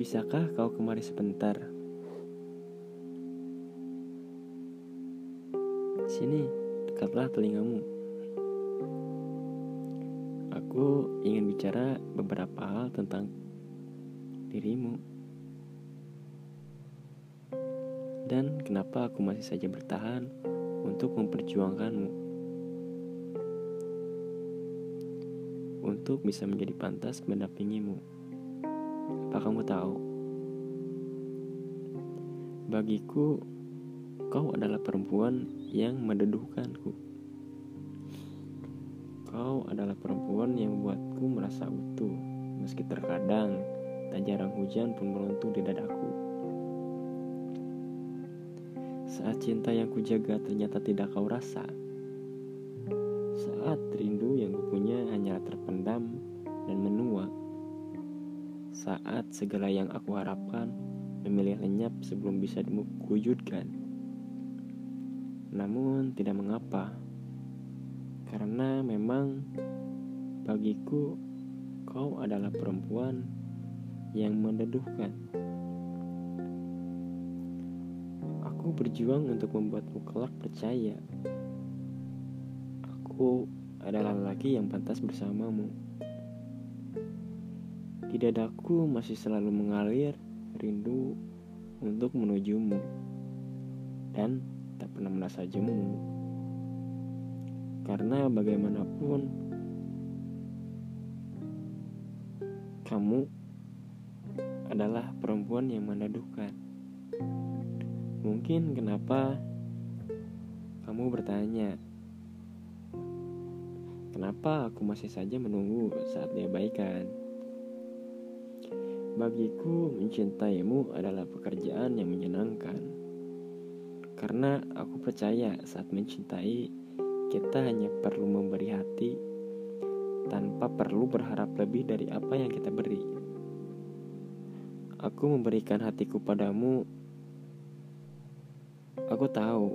Bisakah kau kemari sebentar? Sini, dekatlah telingamu. Aku ingin bicara beberapa hal tentang dirimu. Dan kenapa aku masih saja bertahan untuk memperjuangkanmu, untuk bisa menjadi pantas mendampingimu. Apa kamu tahu? Bagiku, kau adalah perempuan yang mendeduhkanku. Kau adalah perempuan yang membuatku merasa utuh, meski terkadang tak jarang hujan pun meruntuh di dadaku. Saat cinta yang kujaga ternyata tidak kau rasa. Saat rindu yang kupunya hanyalah terpendam dan menua. Saat segala yang aku harapkan memilih lenyap sebelum bisa diwujudkan. Namun tidak mengapa, karena memang bagiku kau adalah perempuan yang mendeduhkan. Aku berjuang untuk membuatmu kelak percaya aku adalah lelaki yang pantas bersamamu. Di dadaku masih selalu mengalir rindu untuk menujumu, dan tak pernah merasa jemu. Karena bagaimanapun kamu adalah perempuan yang meneduhkan. Mungkin kenapa kamu bertanya, kenapa aku masih saja menunggu saat dia baikan? Bagiku mencintaimu adalah pekerjaan yang menyenangkan. Karena aku percaya saat mencintai, kita hanya perlu memberi hati tanpa perlu berharap lebih dari apa yang kita beri. Aku memberikan hatiku padamu. Aku tahu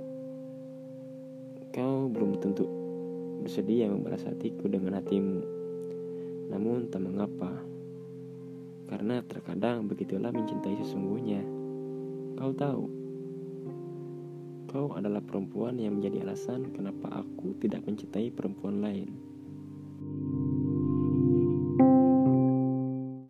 kau belum tentu bersedia membalas hatiku dengan hatimu. Namun tak mengapa, karena terkadang begitulah mencintai sesungguhnya. Kau tahu, kau adalah perempuan yang menjadi alasan kenapa aku tidak mencintai perempuan lain.